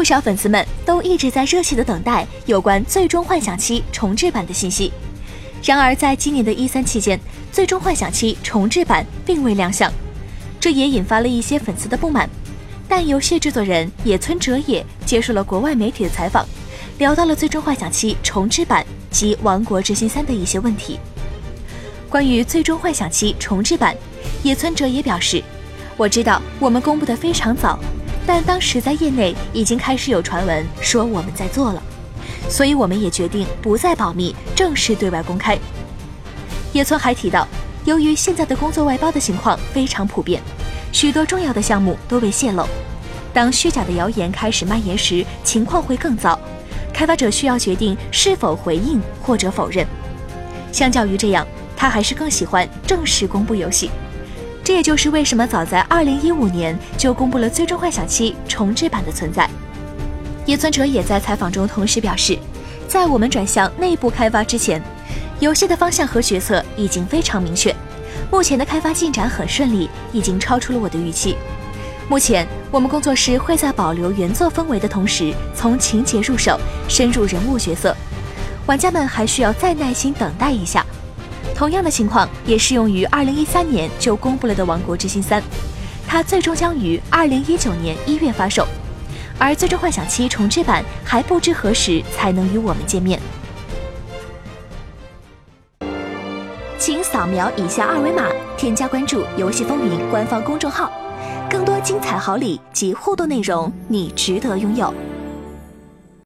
少粉丝们都一直在热切地等待有关《最终幻想七》重制版的信息。然而，在今年的E3期间，《最终幻想七》重制版并未亮相，这也引发了一些粉丝的不满。但游戏制作人野村哲也接受了国外媒体的采访，聊到了《最终幻想七》重制版及《王国之心3》的一些问题。关于《最终幻想七》重制版，野村哲也表示：“我知道我们公布得非常早，但当时在业内已经开始有传闻说我们在做了，所以我们也决定不再保密，正式对外公开。”野村还提到，由于现在的工作外包的情况非常普遍，许多重要的项目都被泄露，当虚假的谣言开始蔓延时，情况会更糟，开发者需要决定是否回应或者否认。相较于这样，他还是更喜欢正式公布游戏。这也就是为什么早在2015年就公布了《最终幻想七》重制版的存在。野村哲也在采访中同时表示，在我们转向内部开发之前，游戏的方向和决策已经非常明确，目前的开发进展很顺利，已经超出了我的预期。目前我们工作室会在保留原作氛围的同时，从情节入手，深入人物角色，玩家们还需要再耐心等待一下。同样的情况也适用于2013年就公布了的《王国之心3》，它最终将于2019年1月发售，而《最终幻想七》重制版还不知何时才能与我们见面。请扫描以下二维码，添加关注“游戏风云”官方公众号，更多精彩好礼及互动内容，你值得拥有。